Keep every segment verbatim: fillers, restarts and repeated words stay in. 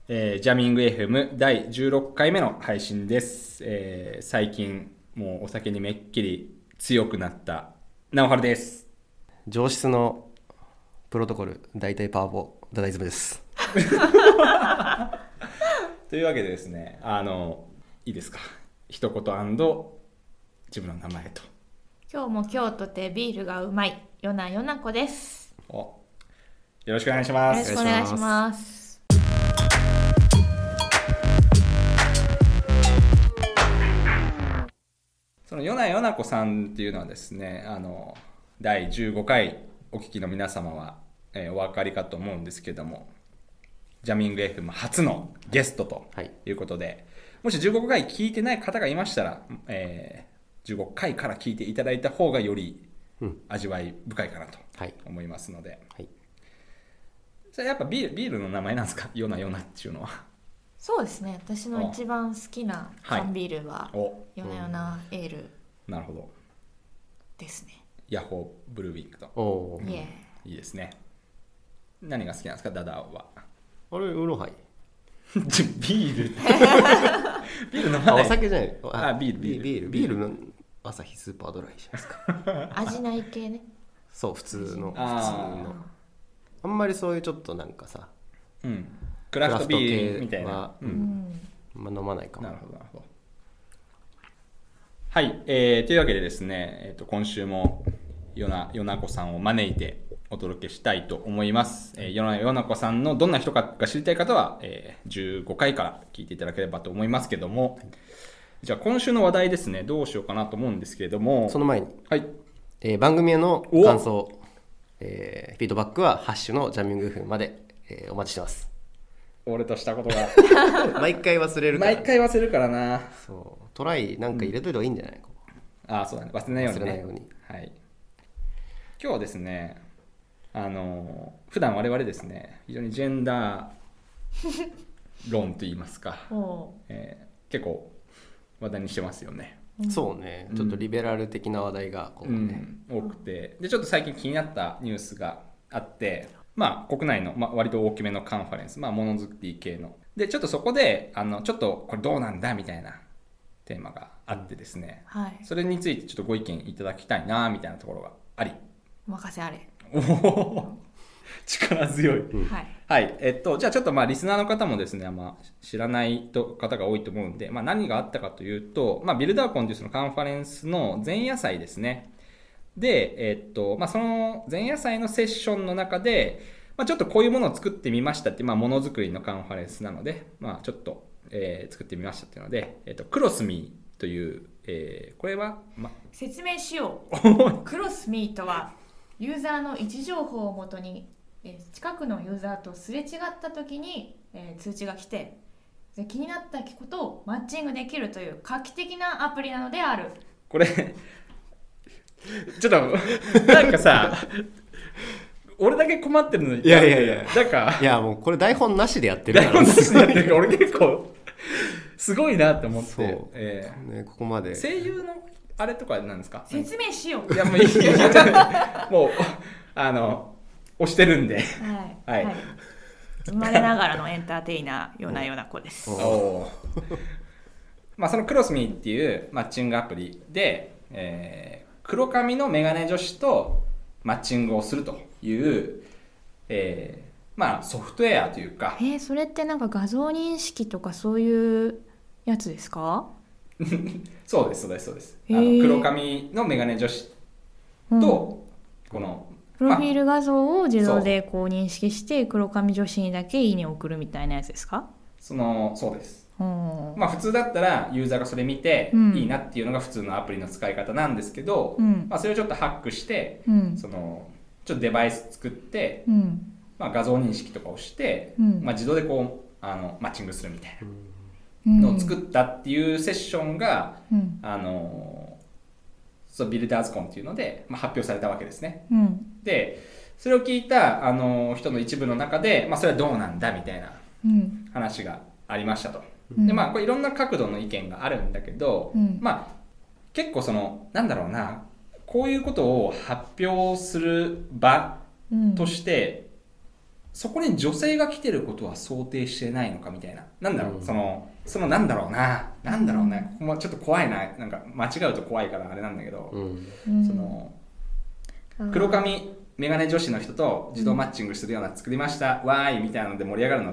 えー、ジャミング エフエム だいじゅうろっかいめの配信です、えー、最近もうお酒にめっきり強くなった直春です。 上質のプロトコル大体パワポダダイズムですというわけでですね、あのいいですか、一言自分の名前と。 今日も今日とてビールがうまいよなよなこです。 およろしくお願いします。 よろしくお願いします。 そのよなよなこさんっていうのはですね、あのだいじゅうごかいお聞きの皆様は、えー、お分かりかと思うんですけども、ジャミング エフエム 初のゲストということで、はい、もしじゅうごかい聞いてない方がいましたら、えー、じゅうごかいから聞いていただいた方がより味わい深いかなと思いますので、はいはい、それやっぱビール、ビールの名前なんですか、よなよなっていうのは。 そうですね、私の一番好きな缶ビールはよなよなエール、 なるほどですね。 ヤホーブルーウィングと。 おー、 いいですね。何が好きなんですか、ダダは。 あれウーロンハイビールビール飲まない。 お酒じゃない。 あ、ビールビールビールビールの朝日スーパードライじゃないですか味ない系ね。 そう、普通の普通のあ, あんまりそういうちょっとなんかさ、 うん、クラフトビールみたいな、 うん、まあ、飲まないかも。 なるほどなるほど。はい、えー、というわけでですね、えー、と今週もよなよなこさんを招いてお届けしたいと思います。えー、よなよなこさんのどんな人かが知りたい方は、えー、じゅうごかいから聞いていただければと思いますけども、じゃあ今週の話題ですね、どうしようかなと思うんですけれども、 その前に、 はい、 えー、番組への感想、えー、フィードバックはハッシュのジャミング エフエム まで、えー、お待ちしてます。 俺としたことが毎回忘れるから、 毎回忘れるからな。 そう、トライなんか入れといた方がいいんじゃない、うん、ここ。 ああ、そうだね、忘れないようにね。 忘れないように。 はい。今日はですね、あの普段我々ですね、非常にジェンダー論といいますか、えー、結構話題にしてますよね。 そうね、ちょっとリベラル的な話題がこう、ね、 うん、多くて、でちょっと最近気になったニュースがあって、まあ、国内の、まあ、割と大きめのカンファレンス、まあ、ものづくり系ので、ちょっとそこであのちょっとこれどうなんだみたいなテーマがあってですね、 うん、はい、 それについてちょっとご意見いただきたいなみたいなところがあり、 お任せあれ。 おお力強い、 うん、はい、 はい、えっとじゃあちょっとまあリスナーの方もですね、まあ、知らない方が多いと思うんで、まあ、何があったかというと、まあ、ビルダーコンというそのカンファレンスの前夜祭ですね。で、えっとまあ、その前夜祭のセッションの中で、まあ、ちょっとこういうものを作ってみましたって、まあ、ものづくりのカンファレンスなので、まあ、ちょっと、えー、作ってみましたっていうので、えっと、クロスミーという、えー、これは、ま、 説明しようクロスミーとはユーザーの位置情報をもとに、えー、近くのユーザーとすれ違った時に、えー、通知が来て、で気になったことをマッチングできるという画期的なアプリなのである。 これちょっとなんかさ俺だけ困ってるのに、 いやいやいや、 なんかいやもうこれ台本なしでやってるから、 台本なしでやってるから俺結構すごいなって思って、 そう、 えーね、ここまで声優のあれとかなんですか。 説明しよう。 いやもういいもうあの押してるんで、 はい、はいはい、生まれながらのエンターテイナーよなよなこです。 おまあそのクロスミーっていうマッチングアプリで、えー、黒髪のメガネ女子とマッチングをするという、えー、まあソフトウェアというか。 えー、それってなんか画像認識とかそういうやつですか？ そうですそうですそうです。あの黒髪のメガネ女子と、うん、このプロフィール画像を自動でこう認識して黒髪女子にだけいいねを送るみたいなやつですか？ そのそうです。まあ、普通だったらユーザーがそれ見ていいなっていうのが普通のアプリの使い方なんですけど、うんまあ、それをちょっとハックして、うん、そのちょっとデバイス作って、うんまあ、画像認識とかをして、うんまあ、自動でこうあのマッチングするみたいなのを作ったっていうセッションが、うん、あのそうビルダーズコンっていうので、まあ、発表されたわけですね、うん、でそれを聞いたあの人の一部の中で、まあ、それはどうなんだみたいな話がありましたと。でまあ、これいろんな角度の意見があるんだけど、うんまあ、結構そのなんだろうな、こういうことを発表する場として、 そこに女性が来てることは想定してないのかみたいな、なんだろう、 うん、 そのそのなんだろうななんだろうね、まあ、ちょっと怖いな、なんか間違うと怖いからあれなんだけど、うん、その黒髪メガネ女子の人と自動マッチングするような作りました、うん、わーいみたいなので盛り上がるのって、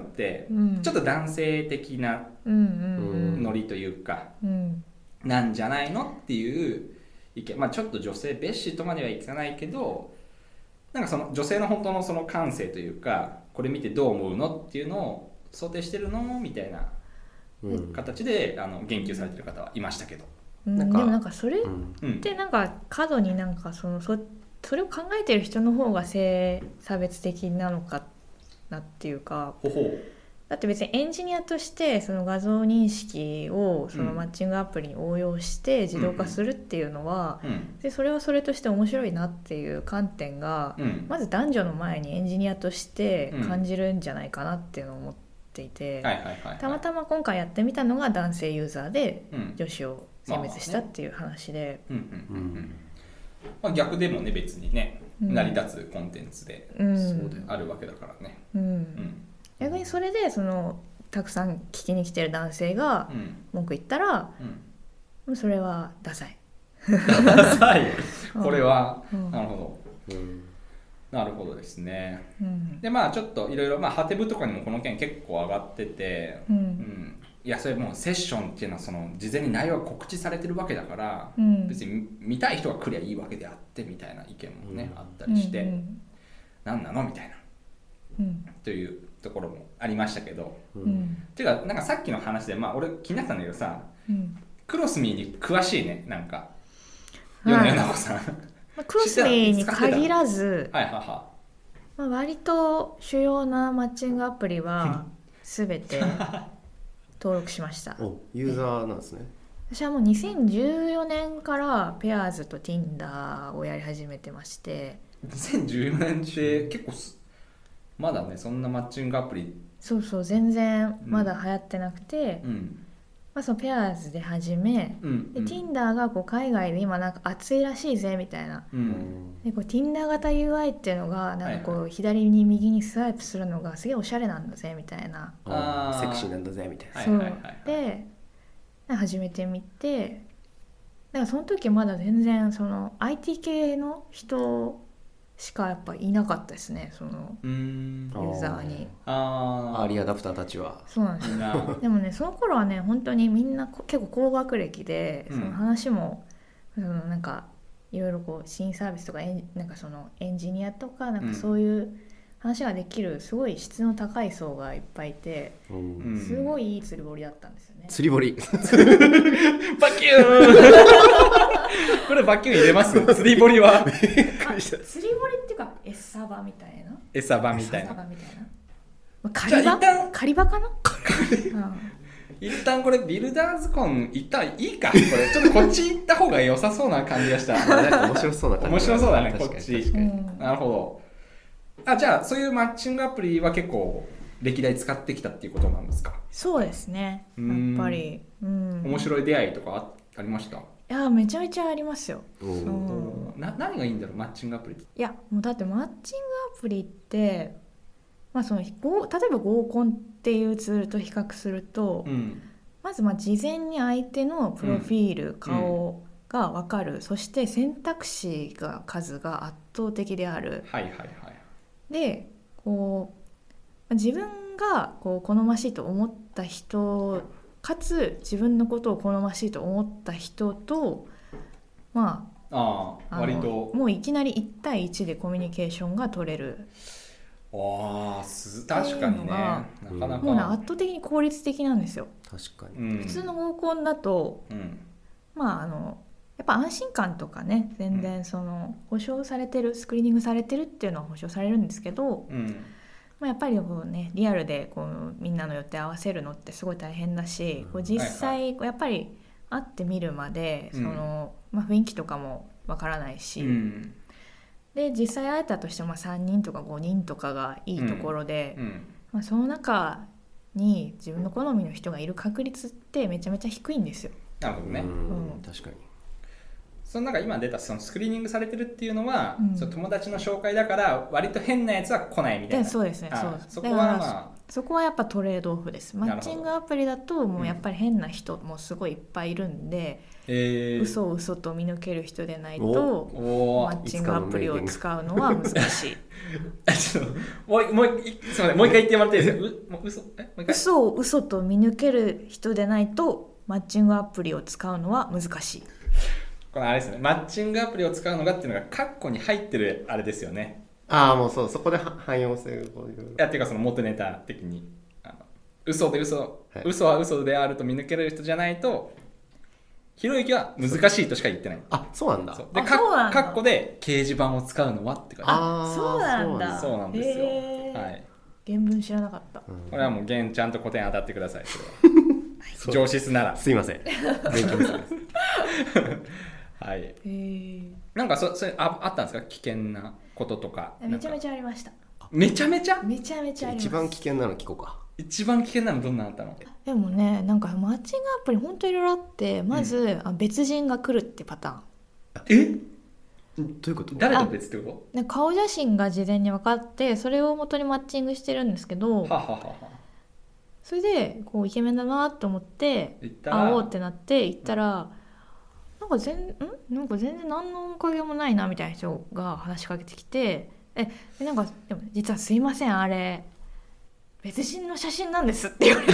うん、ちょっと男性的なノリというか、うん、なんじゃないのっていう意見、まあちょっと女性蔑視とまではいかないけど、なんかその女性の本当のその感性というか、これ見てどう思うのっていうのを想定してるのみたいな形で、うん、あの言及されてる方はいましたけど、 うん、なんかでもなんかそれってなんか過度になんかその そ, それを考えてる人の方が性差別的なのかなっていうか、 ほほう、 だって別にエンジニアとしてその画像認識をそのマッチングアプリに応用して自動化するっていうのは、うんうん、でそれはそれとして面白いなっていう観点が、うん、まず男女の前にエンジニアとして感じるんじゃないかなっていうのを思っていて、たまたま今回やってみたのが男性ユーザーで女子を殲滅したっていう話で、 逆でもね別にね、うん、成り立つコンテンツで、うん、そうであるわけだからね、うんうん、 逆にそれでそのたくさん聞きに来てる男性が文句言ったら、うん、それはダサいダサいこれは、うん、なるほど、うん、なるほどですね、うん、でまあちょっといろいろハテブとかにもこの件結構上がってて、うんうん、いやそれもうセッションっていうのはその事前に内容が告知されてるわけだから、うん、別に見たい人が来りゃいいわけであってみたいな意見もね、うん、あったりして、うんうん、何なのみたいな、うん、というところもありましたけど、うん、ていうかなんかさっきの話で、まあ、俺気になったんだけどさ、うん、クロスミーに詳しいね、なんか米田直子さん、 まあ、クロスミーに限らず、はいはいはい、まあ、割と主要なマッチングアプリは全て登録しましたおユーザーなんですね。 私はもうにせんじゅうよねんからペアーズと Tinder をやり始めてまして、 にせんじゅうよねんって結構まだねそんなマッチングアプリそうそう全然まだ流行ってなくて、うん、まあ、そのペアーズで始め、うん、で、うん、Tinder がこう海外で今なんか熱いらしいぜみたいな、うん、でこう Tinder 型 ユーアイ っていうのがなんかこう、はいはい、左に右にスワイプするのがすげえおしゃれなんだぜみたいな、 あセクシーなんだぜみたいな、 そう、はいはいはいはい、で始めてみて、だからその時まだ全然その アイティー 系の人しかやっぱいなかったですね、そのユーザーに。 あーアーリーアダプターたちは。 そうなんですよでもねその頃はね本当にみんな結構高学歴で、その話も、うん、そのなんかいろいろこう新サービスとかエンなんかそのエンジニアとかなんかそういう話ができるすごい質の高い層がいっぱいいて、うん、すごいいい釣り堀だったんですよね。 釣り堀バキューンこれバキューン入れます釣り堀は釣り堀っていうか餌場みたいな餌場みたいな狩り場狩り場かな一旦これビルダーズコン行ったらいいかこれちょっとこっち行った方が良さそうな感じがした面白そうな感じ面白そうだねこっち、うん、なるほど。あじゃあそういうマッチングアプリは結構歴代使ってきたっていうことなんですか。 そうですね、やっぱり、 うん、面白い出会いとか あ, ありました。 いやめちゃめちゃありますよ。 うん、な何がいいんだろうマッチングアプリって。 いやもうだってマッチングアプリって、まあ、その例えば合コンっていうツールと比較すると、うん、まずまあ事前に相手のプロフィール、うん、顔が分かる、そして選択肢が数が圧倒的である、 はいはいはい、 でこう自分がこう好ましいと思った人かつ自分のことを好ましいと思った人とまあ、あ割ともういきなりいち対いちでコミュニケーションが取れる。 あ確かにね、なかなかもう、ね、圧倒的に効率的なんですよ。 確かに、 普通の合コンだと、うん、まああのやっぱ安心感とかね全然その保証されてるスクリーニングされてるっていうのは保証されるんですけど、うんまあ、やっぱりこう、ね、リアルでこうみんなの予定合わせるのってすごい大変だし、こう実際やっぱり会ってみるまでその、まあ、雰囲気とかもわからないし、うん、で実際会えたとしてもさんにんとかごにんとかがいいところで、うんうんまあ、その中に自分の好みの人がいる確率ってめちゃめちゃ低いんですよ。 なるほどね、うん確かにそのなんか今出たそのスクリーニングされてるっていうのは、 うん、 その友達の紹介だから割と変なやつは来ないみたいな。 そうですね。そうです。 そこはまあそこはやっぱトレードオフです。マッチングアプリだともうやっぱり変な人もすごいいっぱいいるんで、うん、えー、嘘を嘘と見抜ける人でないとマッチングアプリを使うのは難しい。 ちょっともうもうすみません、もう一回言ってもらっていいですか。うもう嘘えもう一回嘘を嘘と見抜ける人でないとマッチングアプリを使うのは難しい。 このあれですね、マッチングアプリを使うのがっていうのがカッコに入ってるあれですよね。 ああもうそう、そこで汎用性をいやっていうかその元ネタ的にあの嘘で嘘、はい、嘘は嘘であると見抜ける人じゃないとひろゆきは難しいとしか言ってない。 あ、そうなんだ。 そうでカッコで掲示板を使うのはって感じ。 あ、そうなんだ。 そうなんですよ。はい。 原文知らなかった。 これはもう原ちゃんと古典当たってください。それは上質ならすいません。勉強です。 はい。なんか そ, それ あ, あったんですか、危険なこととか。 めちゃめちゃありました。 めちゃめちゃめちゃめちゃあります。 一番危険なの聞こうか。 一番危険なのどんなのあったの？ でもね、なんかマッチングアプリ本当いろいろあって、まず、うん、別人が来るってパターン。え？ どういうこと？ 誰と別ってこと？ 顔写真が事前に分かってそれを元にマッチングしてるんですけど、はははは、それでこうイケメンだなと思って会おうってなって行ったら、なんか全んなんか全然何の面影もないなみたいな人が話しかけてきて、えでなんかでも実はすいません、あれ別人の写真なんですって言われて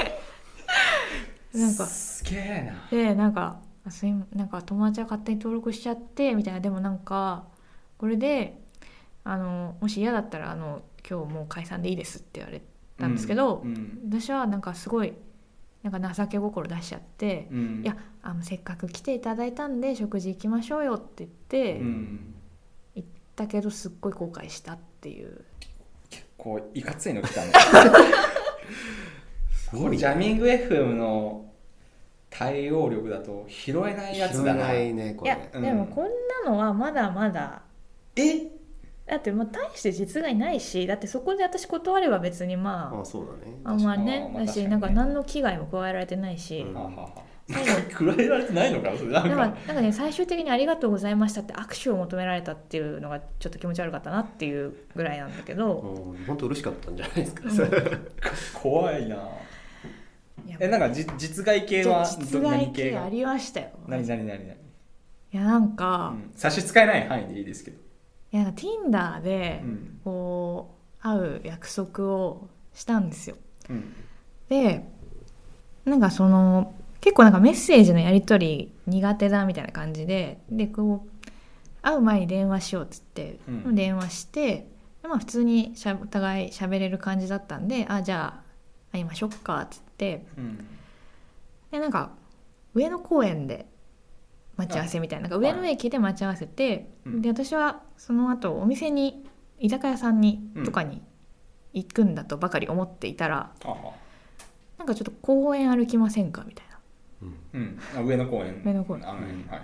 なんかすげえな。 でなんかすいなんか友達は勝手に登録しちゃってみたいな。でもなんかこれであのもし嫌だったらあの今日もう解散でいいですって言われたんですけど、うんうん、私はなんかすごいなんか情け心出しちゃって、うん、いやあのせっかく来ていただいたんで食事行きましょうよって言って、うん、行ったけどすっごい後悔したっていう。 結構いかついの来たねこれジャミング エフエム の対応力だと拾えないやつだな。 拾えないねこれ。 いや、うん、でもこんなのはまだまだえだってまあ大して実害ないし、だってそこで私断れば別にまああそうだね、 あんまね、だしなんか何の危害も加えられてないし、うん、 加えられてないのかそれなんかなんかね、最終的にありがとうございましたって握手を求められたっていうのがちょっと気持ち悪かったなっていうぐらいなんだけど、 本当嬉しかったんじゃないですか、うん、 怖いな。えなんかじ実害系は実害系ありましたよ。 何何何何。いやなんか、うん、 差し支えない範囲でいいですけど、 いや Tinder でこう、うん、会う約束をしたんですよ、うん、でなんかその結構なんかメッセージのやり取り苦手だみたいな感じで、でこう会う前に電話しようっつって、うん、電話してで、まあ、普通にしゃお互い喋れる感じだったんで、あじゃあ会いましょうかっつって、うん、でなんか上野公園で待ち合わせみたいな、なんか上野駅で待ち合わせて、はい、で私はその後お店に居酒屋さんに、うん、とかに行くんだとばかり思っていたら、うん、なんかちょっと公園歩きませんかみたいな、 うんうん、上野公園上野公園、はい、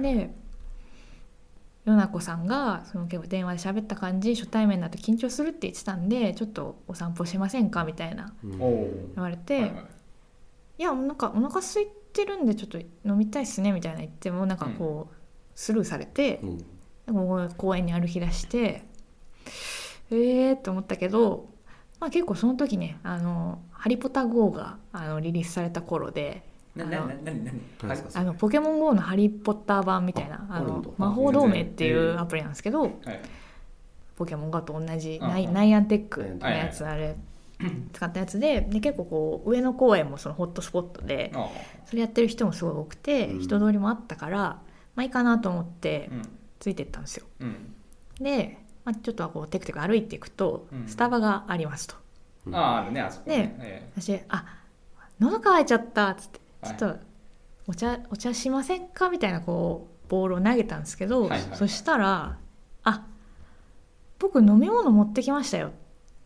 で与那子さんがその結構電話で喋った感じ、初対面だと緊張するって言ってたんでちょっとお散歩しませんかみたいな、うん、言われて、はいはい、いやなんかお腹空いてるんでちょっと飲みたいっすねみたいな言ってもなんかこう、うん、スルーされて、うん、公園に歩き出してえーって思ったけど、まあ、結構その時ねあのハリポタ ゴー があのリリースされた頃で、あのあのポケモン ゴー のハリーポッター版みたいなあの魔法同盟っていうアプリなんですけど、はい、ポケモン ゴー と同じナイ、ナイアンテックのやつ、あれ使ったやつ で, で結構こう上野公園もそのホットスポットでそれやってる人もすごい多くて、うん、人通りもあったからまあいいかなと思ってついてったんですよ、うん、で、まあ、ちょっとこうテクテク歩いていくと、うん、スタバがありますと、 うん、ああるねあそこね、 で、ええ、私あ喉乾いちゃったっつってちょっとお茶、はい、お茶しませんかみたいなこうボールを投げたんですけど、はいはい、そしたらあ僕飲み物持ってきましたよ。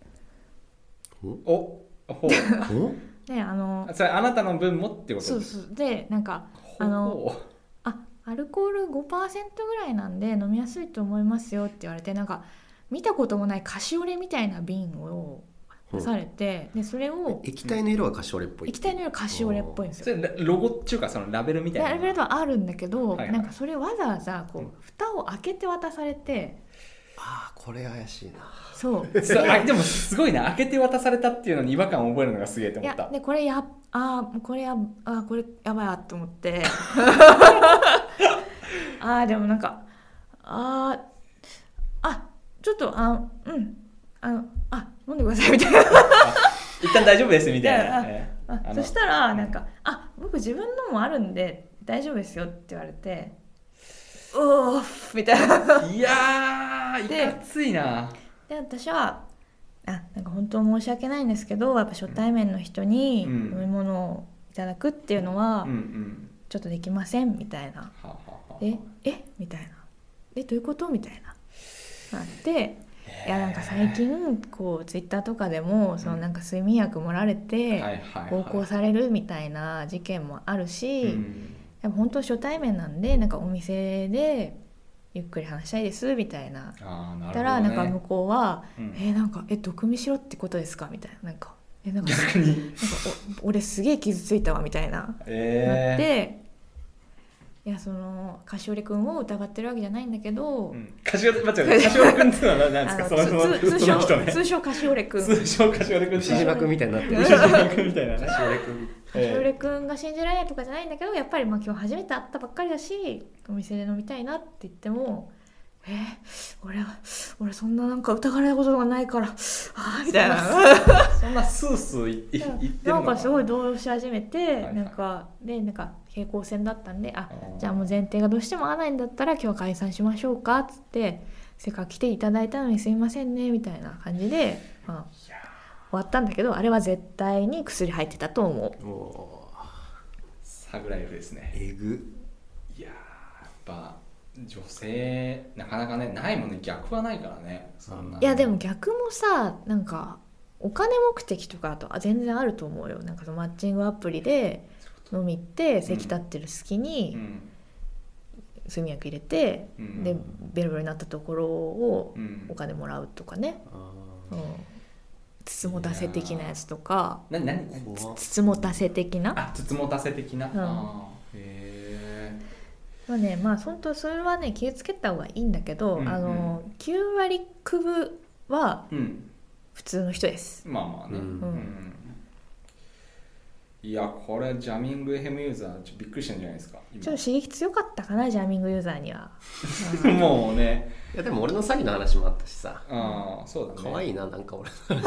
おほであのそれあなたの分もってこと？ そうそうでなんかあのあアルコール ごパーセント ぐらいなんで飲みやすいと思いますよって言われて、なんか見たこともないカシオレみたいな瓶を出されて、でそれを液体の色はカシオレっぽい。 液体の色はカシオレっぽいんですよ。 それロゴっていうかそのラベルみたいなラベルはあるんだけど、 はいはい、 なんかそれわざわざこう、うん、蓋を開けて渡されて、 ああこれ怪しいな。 そうあでもすごいな、開けて渡されたっていうのに違和感を覚えるのがすげえと思った。 いやでこれやあこれやあこれやばいやと思ってあでもなんかああちょっとあうんあのあ飲んでくださいみたいな一旦大丈夫ですみたいな。 ああそしたらなんかあ僕自分のもあるんで大丈夫ですよって言われて、おーみたいな。 いやーいかついな。 で私はあなんか本当申し訳ないんですけどやっぱ初対面の人に飲み物をいただくっていうのはちょっとできませんみたいな、うんうん、ええみたいな、えどういうことみたいななって、いやなんか最近こうツイッターとかでもそのなんか睡眠薬盛られて暴行されるみたいな事件もあるし、やっぱ本当初対面なんでなんかお店でゆっくり話したいですみたいな。 あ、なるほどね。 たらなんか向こうは、うん、えー、なんかえ毒味しろってことですかみたいな、なんかえなんか逆になんかお俺すげえ傷ついたわみたいな、えー、なって、いやそのカシオレ君を疑ってるわけじゃないんだけど、うん、 カシオレ待ってカシオレ君ってのは何ですか？そのその通称、 ね、 通称カシオレ君、 通称カシオレ君、 シジマ君みたいになってる。 シジマ君みたいなね。 カシオレ君。 カシオレ君が信じられないとかじゃないんだけど、やっぱりまあ今日初めて会ったばっかりだしお店で飲みたいなって言っても、えー、俺は俺そんななんか疑われたことがないからあーみたいなそんなスースー言ってるのなんかすごい動揺し始めて、 はいはい、 なんかでなんか平行線だったんで、あじゃあもう前提がどうしても合わないんだったら今日は解散しましょうかっつって、せっかく来ていただいたのにすいませんねみたいな感じで、まあ、終わったんだけど、あれは絶対に薬入ってたと思う。 おサグライフですね。 えぐ。 いややっぱ女性なかなかねないもんね、逆はないからね。そんな、 いやでも逆もさ、なんかお金目的とかだと全然あると思うよ。なんかそのマッチングアプリで飲み行って席立ってる隙に睡眠薬入れて、うん、でベロベロになったところをお金もらうとかね、うんうん、つつもたせ的なやつとか。 何何つつもたせ的な、 あつつもたせ的な、うん、あへまあね、まあ本当それはね気をつけた方がいいんだけど、うんうん、あのきゅうわりくぶは普通の人です、 うん、まあまあね、うんうん、いやこれジャミング エフエム ユーザーちょっとびっくりしたんじゃないですか。 ちょっと刺激強かったかなジャミングユーザーにはもうね、 いやでも俺の詐欺の話もあったしさ、 あそうだね、 可愛いななんか俺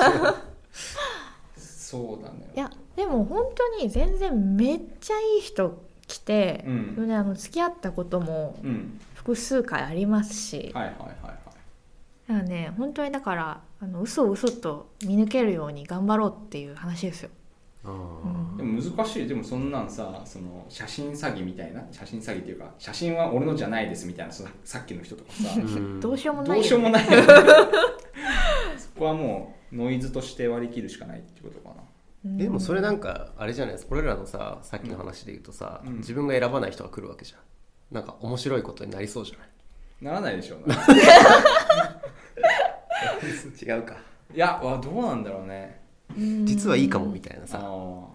そうだね。 いやでも本当に全然めっちゃいい人来て、うん、それであの付き合ったことも複数回ありますし、 うん、はいはいはいはい。 だからね本当にだからあの嘘を嘘と見抜けるように頑張ろうっていう話ですよ。 あ、うん、でも難しい。でもそんなんさ、その写真詐欺みたいな、写真詐欺っていうか写真は俺のじゃないですみたいな、そのさっきの人とかさどうしようもないよ、ね、 どうしようもないよねそこはもうノイズとして割り切るしかないってことかな。 でもそれなんかあれじゃないですか、俺らのささっきの話で言うとさ、うん、自分が選ばない人が来るわけじゃん。なんか面白いことになりそうじゃない？ ならないでしょうね違うか。 いやわどうなんだろうね。 実はいいかもみたいなさ。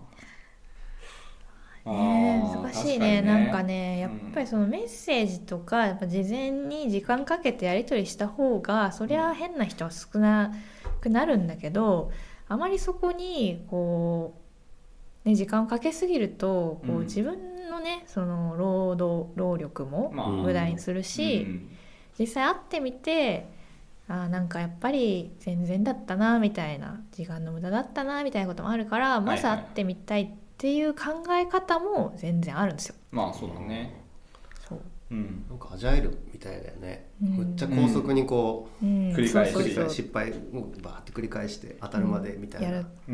あね、難しい ね, ねなんかねやっぱりそのメッセージとかやっぱ事前に時間かけてやり取りした方がそりゃ変な人は少なくなるんだけど、あまりそこにこう、ね、時間をかけすぎるとこう、うん、自分のねその労働労力も無駄にするし、うん、実際会ってみてあなんかやっぱり全然だったなみたいな、時間の無駄だったなみたいなこともあるから、まず会ってみたいっていう考え方も全然あるんですよ。 まあそうだね。 そう、 うん、なんかアジャイルみたいだよね、うん、むっちゃ高速にこう、うん、繰り返し、そうそうそう失敗をバーって繰り返して当たるまでみたいな、うん、やる、 うん、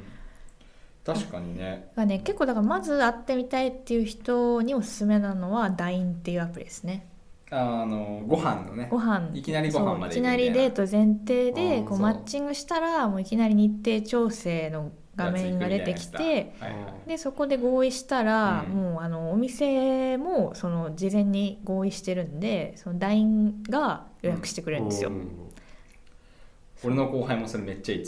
確かにね。 だね結構だからまず会ってみたいっていう人におすすめなのは ライン っていうアプリですね。 あのご飯のね、 ご飯いきなりご飯までいきなりデート前提でこうマッチングしたらもういきなり日程調整の画面が出てきて、はいはい、でそこで合意したら、うん、もうあのお店もその事前に合意してるんでその ライン が予約してくれるんですよ、うん、 俺の後輩もそれめっちゃいいっつってた。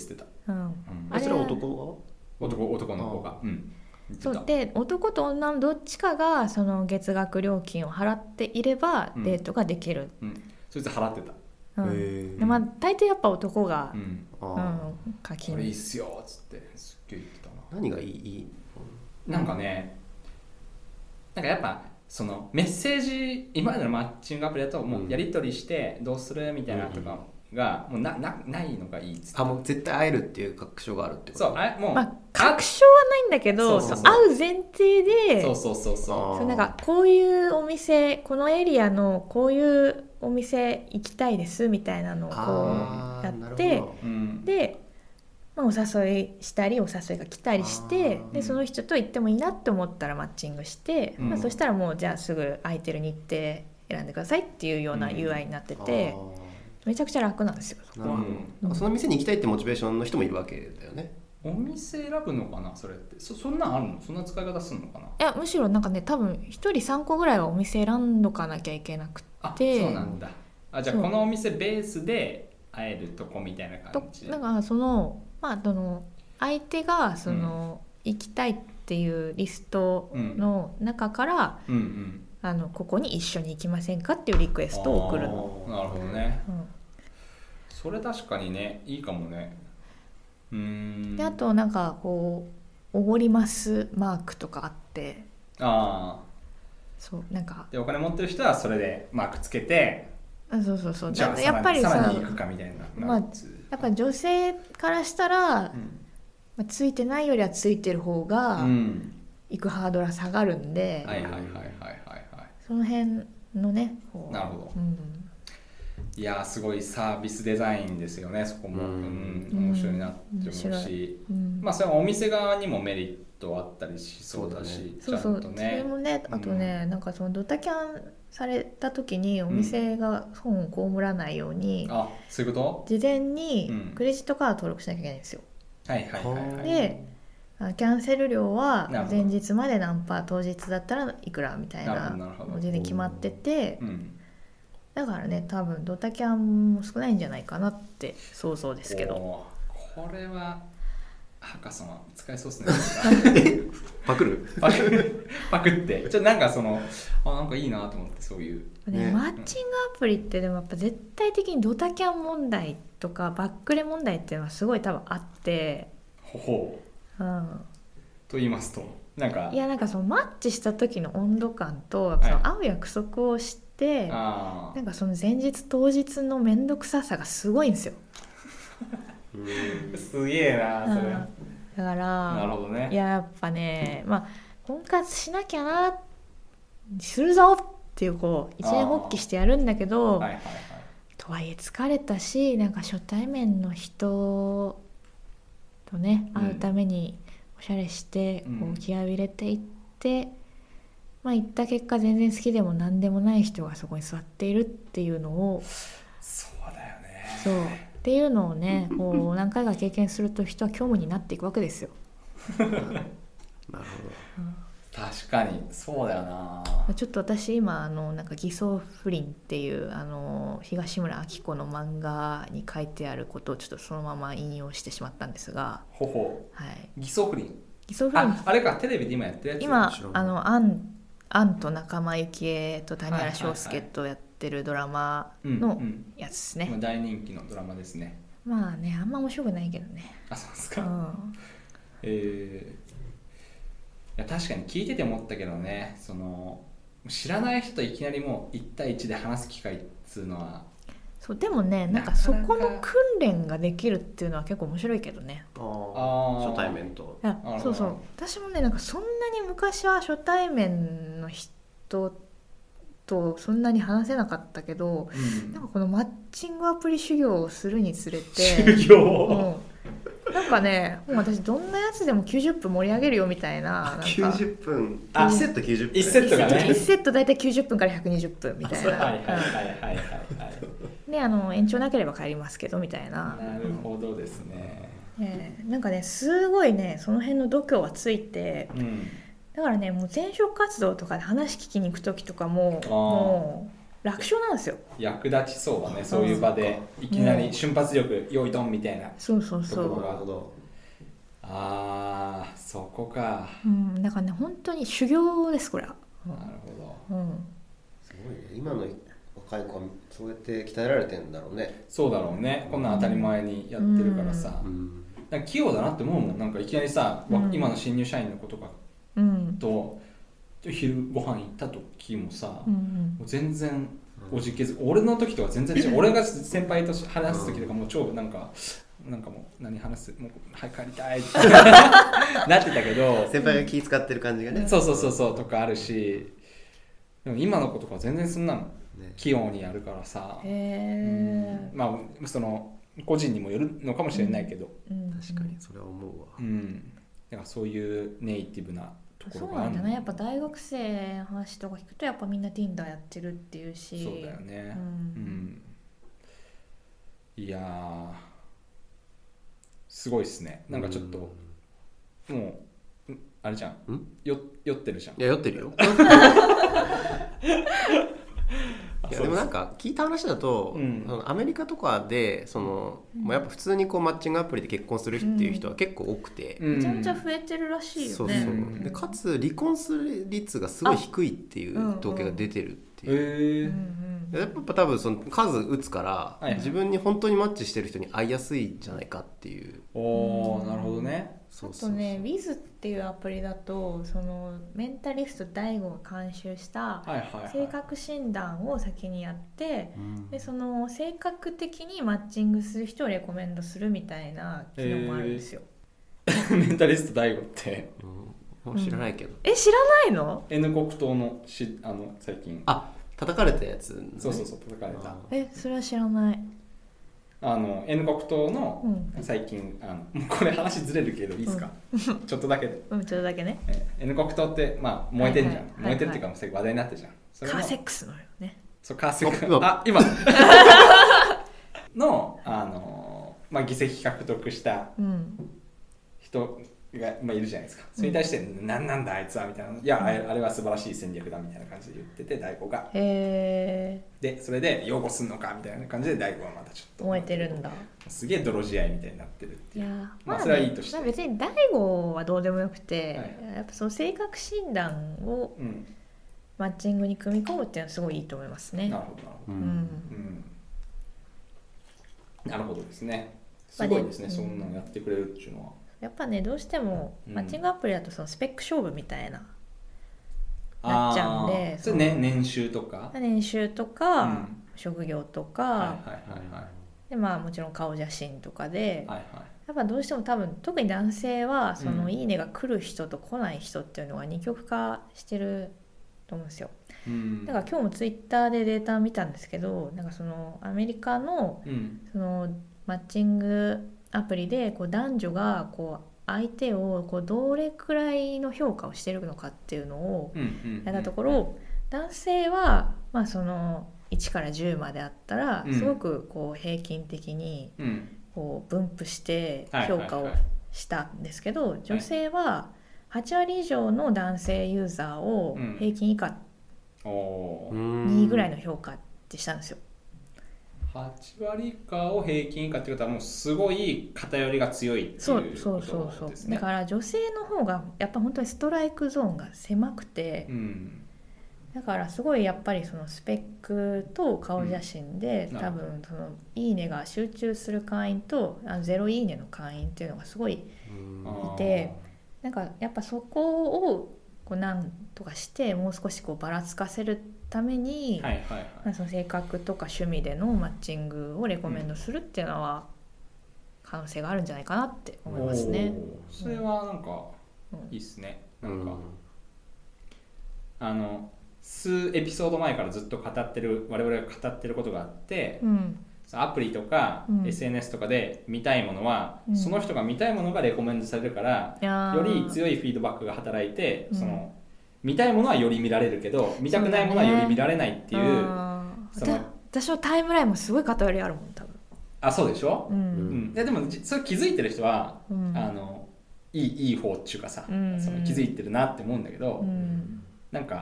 うん、 あれは男は男男の子が、うん、 そうで男と女のどっちかがその月額料金を払っていればデートができる、 うんうん、そいつ払ってた、 うん、でまあ大抵やっぱ男が、うんうん、課金これいいっすよっつってすっげえ言ってたな。 何がいい？いいなんかね、なんかやっぱそのメッセージ、今までのマッチングアプリだともうやり取りしてどうするみたいなとかがもう な, な, ないのがいいっつって。 あ、もう絶対会えるっていう確証があるってこと？ そう、あもう、 まあ、確証はないんだけど、そうそうそう、会う前提で、 そうそうそうそう、 そうなんかこういうお店、このエリアのこういうお店行きたいですみたいなのをこうやって、うん、で、まあ、お誘いしたりお誘いが来たりして、でその人と行ってもいいなって思ったらマッチングして、うんまあ、そしたらもうじゃあすぐ空いてる日程選んでくださいっていうような ユーアイ になってて、うん、めちゃくちゃ楽なんですよ。そこは、 うん、その店に行きたいってモチベーションの人もいるわけだよね。 お店選ぶのかなそれって。 そ, そんなんあるの？そんな使い方するのかな。 いやむしろなんかね、多分ひとりさんこぐらいはお店選んどかなきゃいけなくて。 あ、そうなんだ。あ、じゃあこのお店ベースで会えるとこみたいな感じ。 だからそのまあどの相手がその、うん、行きたいっていうリストの中から、うんうんうん、あのここに一緒に行きませんかっていうリクエストを送るの。 なるほどね、うん、それ確かにね、いいかもね。うーんであとなんかこうおごりますマークとかあって、ああそうなんかでお金持ってる人はそれでマークつけて、 あそうそうそう、 じゃあやっぱりさらに行くかみたいな、 まあ、やっぱ女性からしたら、うんまあ、ついてないよりはついてる方が、うん、行くハードルは下がるんで、 はいはいはいはいはい、 その辺のねこうなるほど、うん、いやすごいサービスデザインですよね、そこも、うんうん、面白いなって思うし、うん、まあそれはお店側にもメリットあったりしそうだし、 そうそう、ちゃんとね、それもね、あとね、うん、なんかそのドタキャンされた時にお店が損を被らないように、 うん、あ、そういうこと？ 事前にクレジットカード登録しなきゃいけないんですよ、 うん、はいはいはいはい。 でキャンセル料は前日まで何パー、当日だったらいくらみたいなので決まってて、うん、だからね多分ドタキャンも少ないんじゃないかなって想像ですけど。 これはハカさんは使えそうですねパクるパクパクってちょっとなんかそのあなんかいいなと思って、そういう、 ねね、マッチングアプリってでもやっぱ絶対的にドタキャン問題とかバックレ問題っていうのはすごい多分あって、 ほほう、うん、と言いますとなんかいやなんかそのマッチした時の温度感とその会う約束をして、はい、なんかその前日当日の面倒くささがすごいんですよすげえなそれ、うん、 だからなるほどね、 いややっぱね、まあ婚活しなきゃなするぞっていうこう一年発起してやるんだけど、はいはいはい、とはいえ疲れたし、なんか初対面の人とね会うためにおしゃれしてこう気合を入れていって、うん、まあ行った結果全然好きでも何でもない人がそこに座っているっていうのを、 そうだよね、 そうっていうのをねこう何回か経験すると人は虚無になっていくわけですよなるほど、うん、 確かにそうだよな。 ちょっと私今あのなんか偽装不倫っていうあの東村アキ子の漫画に書いてあることをちょっとそのまま引用してしまったんですが、 ほほ、はい、偽装不倫偽装不倫あ, あれかテレビで今やってるやつ。 今あのアンアンと仲間由紀恵と谷原章介とやってるドラマのやつですね、 うんうん、大人気のドラマですね。 まあねあんま面白くないけどね。 あ、そうですか、うん、えー、いや確かに聞いてて思ったけどね、その知らない人といきなりもういち対いちで話す機会っつうのは。 そうでもねなんかそこの訓練ができるっていうのは結構面白いけどね。 ああ初対面と。 いやそうそう、私もねなんかそんなに昔は初対面の人とそんなに話せなかったけど、うん、なんかこのマッチングアプリ修行をするにつれて修行、 うん、なんかねもう私どんなやつでもきゅうじゅっぷん盛り上げるよみたい な, なんかきゅうじゅっぷんいちセットきゅうじゅっぷんいちセットがねいちセット大体きゅうじゅっぷんからひゃくにじゅっぷんみたいな。はいはいはいはいはいであの延長なければ帰りますけどみたいな。 なるほどですね、 えー、なんかねすごいねその辺の度胸はついて、うん、だからねもう前職活動とかで話聞きに行く時とかもも楽勝なんですよ。 役立ちそうだね、そういう場でいきなり瞬発力用意ドンみたいな。 そうそうそう。 なるほど。 ああ、そこか。 うん、だからね本当に修行ですこれは。 なるほど。うん。 すごいね。今の若い子はそうやって鍛えられてんだろうね。 そうだろうね。こんなん当たり前にやってるからさ。うん、なんか器用だなって思うもん。なんかいきなりさ、うん、今の新入社員の子とかと、うん、昼ご飯行った時もさ、うん、もう全然おじけず、俺の時とか全然違う。俺が先輩と話す時とかもう超なんか。なんかもう何話すもうはい帰りたいってなってたけど先輩が気使ってる感じがね、 そうそうそうそうとかあるし、でも今の子とか全然そんなの、ね、器用にやるからさ、へー、うん、まあその個人にもよるのかもしれないけど、 うんうん、確かにそれは思うわ、 うん、だからそういうネイティブなところがある。 そうなんだね。やっぱ大学生の話とか聞くとやっぱみんな Tinder やってるっていうし。 そうだよね、うんうん、いやーすごいっすね。なんかちょっともうあれじゃん、んよ酔ってるじゃん。 いや酔ってるよいやでもなんか聞いた話だと、うん、そのアメリカとかでその、うん、やっぱ普通にこうマッチングアプリで結婚するっていう人は結構多くて、 うん、めちゃめちゃ増えてるらしいよね。 そうそうでかつ離婚する率がすごい低いっていう統計が出てるっていう、うんうん、やっぱ多分その数打つから、はいはい、自分に本当にマッチしてる人に会いやすいんじゃないかっていう。 おー、なるほどね。 あとね ウィズ っていうアプリだとそのメンタリスト ダイゴ が監修した性格診断を先にやって、はいはいはい、でその性格的にマッチングする人をレコメンドするみたいな機能もあるんですよ、 えー、メンタリスト ダイゴ って、 うん、知らないけど、 うん、え知らないの？ N 国党のしあの最近あ叩かれたやつ、ね、 そうそうそう叩かれた。 えそれは知らない。 あの N 国党の最近、うん、あのもうこれ話ずれるけどいいですか、うん、ちょっとだけで、 うん、ちょっとだけね、 え N 国党ってまあ燃えてんじゃん、はいはい、燃えてるっていうかもう話題になってるじゃん。それカーセックスのよね。 そうカーセックスあ今のあの、まあ、議席獲得した人が、まあ、いるじゃないですか。それに対して、うん、何なんだあいつはみたいな、いや、うん、あれは素晴らしい戦略だみたいな感じで言ってて大悟が、 へー、 でそれで擁護すんのかみたいな感じで大悟はまたちょっと燃えてるんだ。 すげえ泥仕合みたいになってるっていう。いや、 まあ、 それはいいとして、 まあ、別に大悟はどうでもよくて、はい、やっぱその性格診断をマッチングに組み込むっていうのはすごいいいと思いますね。 なるほどなるほど、うんうん、なるほどですね。すごいですね、そんなのやってくれるっていうのは。やっぱねどうしてもマッチングアプリだとそのスペック勝負みたいな、うん、なっちゃうんで、 それ、ね、年収とか年収とか、うん、職業とか、はいはいはいはい、でまあもちろん顔写真とかで、はいはい、やっぱどうしても多分特に男性はそのいいねが来る人と来ない人っていうのが二極化してると思うんですよ、うん、だから今日もツイッターでデータ見たんですけど、なんかそのアメリカの、うん、そのマッチングアプリでこう男女がこう相手をこうどれくらいの評価をしてるのかっていうのをやったところ、うんうんうん、男性はまあそのいちからじゅうまであったらすごくこう平均的にこう分布して評価をしたんですけど、女性ははちわり以上の男性ユーザーを平均以下にぐらいの評価ってしたんですよ。 はちわり以下を平均以下っていうことはもうすごい偏りが強いっていうことですね。 そうそうそうそう。だから女性の方がやっぱ本当にストライクゾーンが狭くて、うん、だからすごいやっぱりそのスペックと顔写真で、うん、多分そのいいねが集中する会員とあのゼロいいねの会員っていうのがすごいいて、なんかやっぱそこをこうなんとかしてもう少しこうばらつかせるために、はいはいはい、まあ、その性格とか趣味でのマッチングをレコメンドするっていうのは可能性があるんじゃないかなって思いますね。 それはなんかいいっすね、うん、なんか、うん、あの数エピソード前からずっと語ってる我々が語ってることがあって、うん、アプリとか エスエヌエス とかで見たいものは、うん、その人が見たいものがレコメンドされるから、うん、より強いフィードバックが働いて、うん、その見たいものはより見られるけど見たくないものはより見られないっていう、 その私のタイムラインもすごい偏りあるもん多分。 あ、そうでしょ、うんうん、で, でもそれ気づいてる人は、うん、あのいいいい方っていうかさ、うん、その気づいてるなって思うんだけど、うん、なんか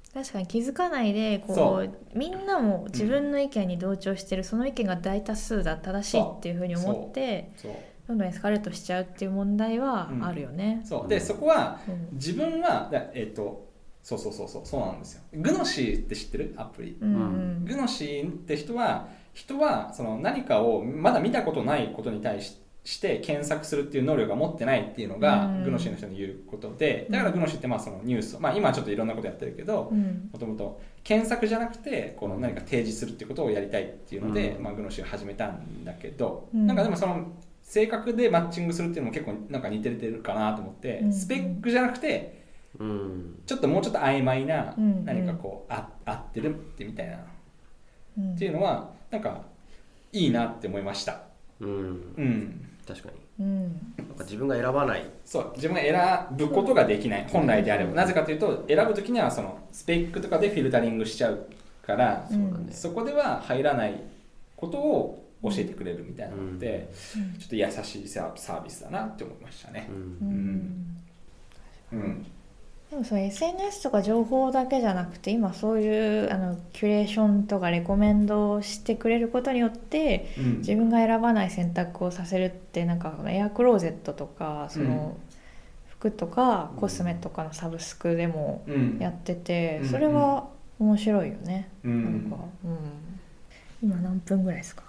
確かに気づかないでこうみんなも自分の意見に同調してる、うん、その意見が大多数だ正しいっていうふうに思ってどんどんエスカレートしちゃうっていう問題はあるよね、 うん、そうでそこは、うん、自分はえっ、ー、とそうそうそうそうそうなんですよ。グノシーって知ってるアプリ、うん、グノシーって人は人はその何かをまだ見たことないことに対してして検索するっていう能力が持ってないっていうのがグノシーの人に言うことで、だからグノシーってまあそのニュース、まあ、今はちょっといろんなことやってるけどもともと検索じゃなくてこの何か提示するっていうことをやりたいっていうので、うんまあ、グノシーを始めたんだけど、うん、なんかでもその性格でマッチングするっていうのも結構なんか似てるかなと思って、うん、スペックじゃなくて、うん、ちょっともうちょっと曖昧な何かこう、うん、あ合ってるってみたいな、うん、っていうのはなんかいいなって思いました。うん、うん確かに、うん、なんか自分が選ばないそう自分が選ぶことができない本来であれば、なぜかというと選ぶときにはそのスペックとかでフィルタリングしちゃうから、うん、そこでは入らないことを教えてくれるみたいなので、うん、ちょっと優しいサービスだなって思いましたね。うん、 うんうん、でもその エスエヌエス とか情報だけじゃなくて今そういうあのキュレーションとかレコメンドをしてくれることによって、うん、自分が選ばない選択をさせるってなんかエアクローゼットとかその服とかコスメとかのサブスクでもやってて、うん、それは面白いよね、うん、なんか、うん、今何分ぐらいですか？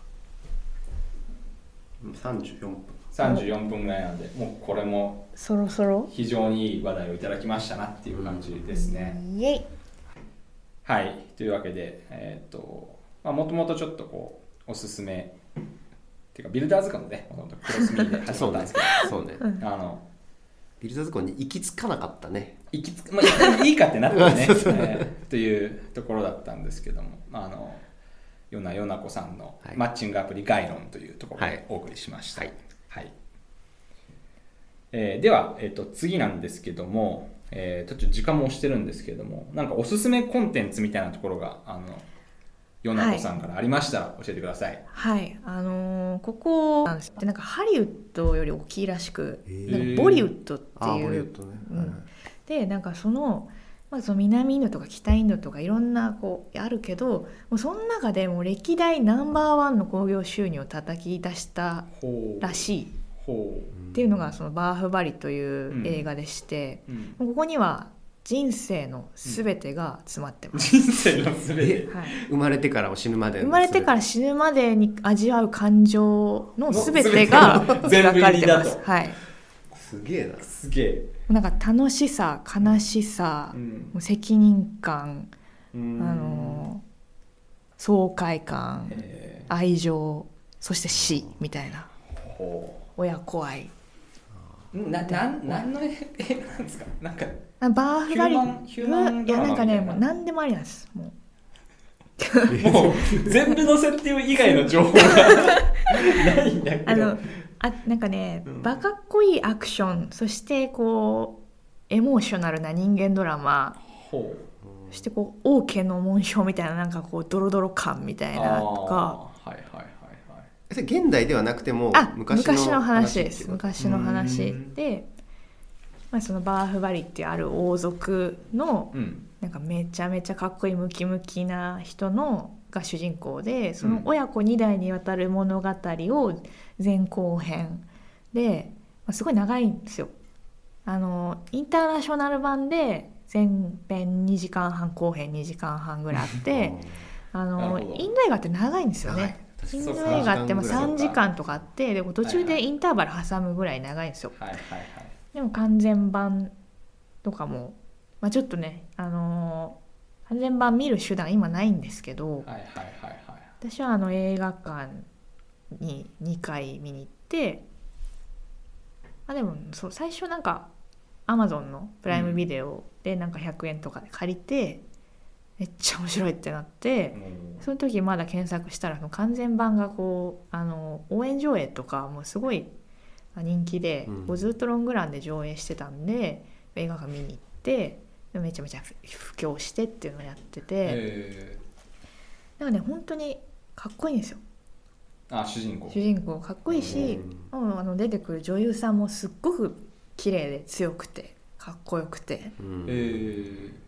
さんじゅうよんぷんさんじゅうよんぷんぐらいなんでもうこれもそろそろ非常にいい話題をいただきましたなっていう感じですね。 イエイはいというわけでえっ、ー、ともともとちょっとこうおすすめっていうかビルダーズコンでもともとクロスミーで始まったんですけどそうね、あのビルダーズコンに行き着かなかったね行きつ、まあ、いいかってなってね、えー、というところだったんですけども、まあ、あのヨナヨナコさんのマッチングアプリ概論というところでお送りしました。はいはいはいえー、では、えー、と次なんですけども、えー、ちょっと時間も押してるんですけどもなんかおすすめコンテンツみたいなところがあのヨナコさんからありましたら教えてください。 はい、はい、あのー、ここなんですってなんかハリウッドより大きいらしくなんかボリウッドっていう、ねうん、でなんかそのまあ、その南インドとか北インドとかいろんなこうあるけどもうその中でもう歴代ナンバーワンの興行収入を叩き出したらしいっていうのがそのバーフバリという映画でして、うんうん、ここには人生のすべてが詰まってます、 うん、人生のすべて、 はい、生まれてから死ぬまで生まれてから死ぬまでに味わう感情のすべてが描かれてます。はい、 すげえなすげえなんか楽しさ悲しさ、うん、責任感、うん、あの爽快感愛情そして死みたいな親子愛なな何の映画なんですか？なんかバーフバリヒューマンドラマみたいな。いやなんかねもう何でもありなんですもうもう全部の設定以外の情報がないんだけどあのあなんかね、うん、 バカっこいいアクションそしてこうエモーショナルな人間ドラマほうそしてこう王家の紋章みたいななんかこうドロドロ感みたいなとかはいはいはいはい現代ではなくても昔 の, 昔の話です昔の話で、まあ、そのバーフバリっていうある王族の、うん、なんかめちゃめちゃかっこいいムキムキな人のが主人公でその親子に代にわたる物語を前後編で、まあ、すごい長いんですよ。あのインターナショナル版で前編にじかんはん後編にじかんはんぐらいあってあのインド映画って長いんですよね。インド映画ってもさんじかんとかあってで途中でインターバル挟むぐらい長いんですよ、はいはいはい、でも完全版とかも、まあ、ちょっとね、あのー、完全版見る手段今ないんですけど、はいはいはいはい、私はあの映画館ににかい見に行って、まあ、でもそう最初なんか Amazon のプライムビデオでなんかひゃくえんとかで借りて、うんめっちゃ面白いってなって、うん、その時まだ検索したらその完全版がこうあの応援上映とかもすごい人気で、うん、こうずっとロングランで上映してたんで映画館見に行ってめちゃめちゃ布教してっていうのをやっててだからね本当にかっこいいんですよ。 あ主人公主人公かっこいいし、うん、あの出てくる女優さんもすっごく綺麗で強くてかっこよくて、うん、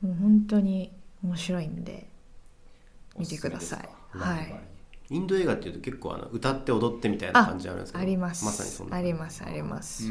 もう本当に面白いんで見てください。はい。 インド映画っていうと結構あの歌って踊ってみたいな感じあるんですけど、 あります。 まさにそんなありますあります。うん、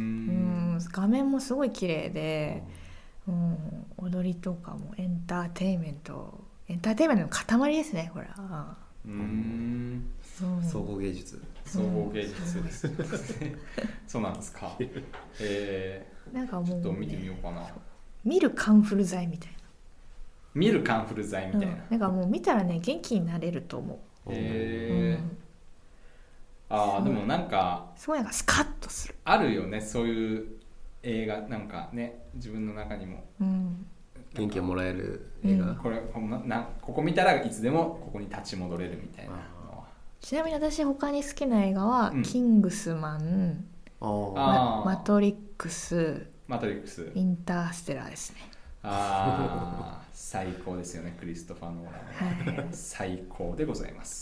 画面もすごい綺麗で、うん、踊りとかもエンターテインメントエンターテインメントの塊ですねこれは。 うーん、 総合芸術総合芸術です、うん、そうなんですか。えー、なんかもう、ね、ちょっと見てみようかな。 見るカンフル剤みたいな見るカンフル剤みたいな、うん、 なんかもう見たらね元気になれると思う。 へえ、うん、ああでもなんかすごいなんかスカッとするあるよねそういう映画なんかね自分の中にも、うん、 元気をもらえる映画、うん、 これなここ見たらいつでもここに立ち戻れるみたいなのは。 ちなみに私他に好きな映画は、うん、キングスマン、マ, マトリックス、 マトリックス、 インターステラーですね。 ああ最高ですよねクリストファー・ノーラン、はい、最高でございます。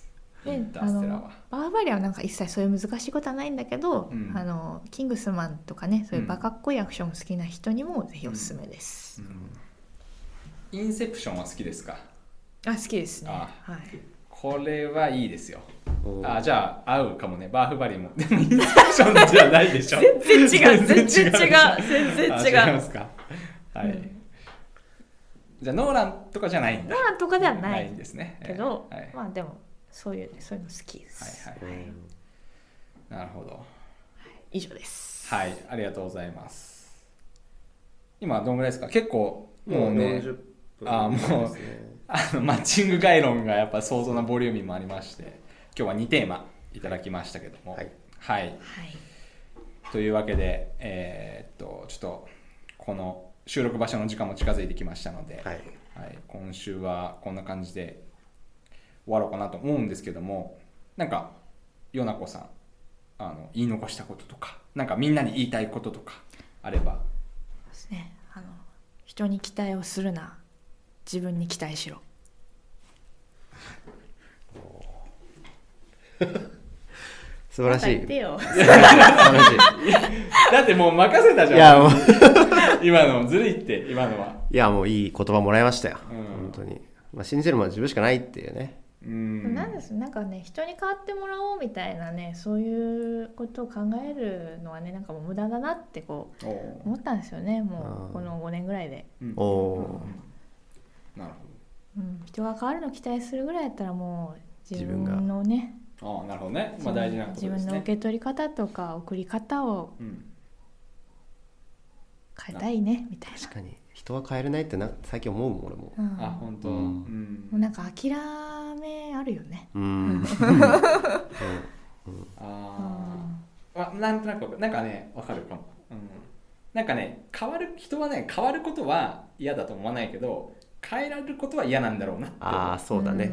インターステラーはバーバリアはなんか一切そういう難しいことはないんだけど、うん、あのキングスマンとかねそういうバカっこいいアクション好きな人にもぜひおすすめです、うんうん、インセプションは好きですか？ あ好きですね。あ、 はい、これはいいですよ。あじゃあ合うかもねバーフバリも。でもインセプションじゃないでしょ。 全然違う全然違う全然違う。 違いますか。はい、うん、じゃあノーランとかじゃないんだ。 ノーランとかではないないんですね。 けど、えーはい、まあでもそういうそういうの好きです。はいはい、はい、 なるほど、はい、 以上です。 はい、ありがとうございます。今どんぐらいですか？結構もうね、もうよんじゅっぷん、あもうあのマッチング概論がやっぱ相当なボリューミーもありまして、今日はにテーマいただきましたけども、はい、はいはい、というわけで、えー、っとちょっとこの収録場所の時間も近づいてきましたので、はいはい、今週はこんな感じで終わろうかなと思うんですけども、なんかヨナコさんあの言い残したこととかなんかみんなに言いたいこととかあれば。 そうですね、あの人に期待をするな、自分に期待しろ。 素晴らしい。 言ってよ。 素晴らしい。 だってもう任せたじゃん。いやもう今のずるいって今のは。 いやもういい言葉もらいましたよ。うん、本当に。まあ信じるのは自分しかないっていうね。 うん。なんですなんかね人に変わってもらおうみたいなねそういうことを考えるのはねなんかもう無駄だなってこう思ったんですよねもうこのごねんぐらいで。うん、おお、うん。なるほど。うん。人が変わるのを期待するぐらいやったらもう自分のね。 ああなるほどね、まあ、大事なことですね。 自分の受け取り方とか送り方を変えたいね、うん、みたいな。 確かに人は変えれないってな最近思うもん俺も、 うん、あ本当、うん、 もうなんか諦めあるよね。うん、うん、 ああなんとなくなんかね分かるかも、うん、なんかね変わる人はね変わることは嫌だと思わないけど変えられることは嫌なんだろうなって思う。 ああそうだね、うん、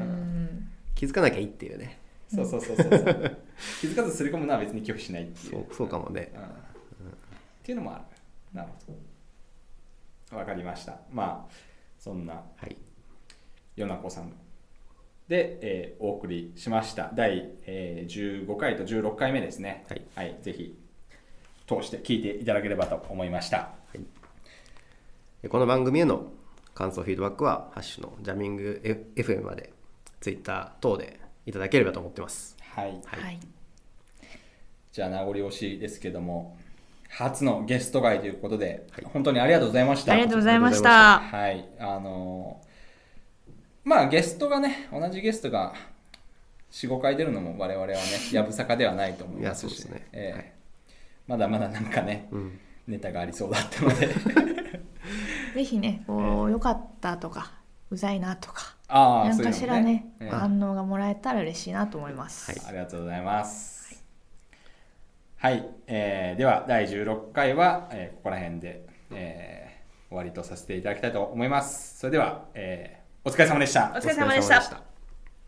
気づかなきゃいいっていうね。 そうそうそうそうそう気づかずすり込むのは別に拒否しないっていう。 そう、そうかもね、うんうん、 っていうのもある。なるほどわかりました。まあそんな、はい、ヨナコさんで、えー、お送りしましただい、えー、じゅうごかいとじゅうろっかいめですね、はいはい、ぜひ通して聞いていただければと思いました、はい、 この番組への感想フィードバックはハッシュのジャミング エフエム までツイッター等でいただければと思ってます。はい。はい、 じゃあ名残惜しいですけども、初のゲスト会ということで、はい、本当にありがとうございました。 ありがとうございました。 はい。あのー、まあゲストがね、同じゲストがよん、ごかい出るのも我々はね、やぶさかではないと思いますし、いやそうですね、えーはい、まだまだなんかね、うん、ネタがありそうだったので、 ぜひね、こう、えー、よかったとか、うざいなとか。あ何かしら ね, ね、反応がもらえたら嬉しいなと思います、 はい、ありがとうございます。はい、はいえー、ではだいじゅうろっかいは、えー、ここら辺で、えー、終わりとさせていただきたいと思います。それでは、えー、お疲れ様でした。 お疲れ様でした。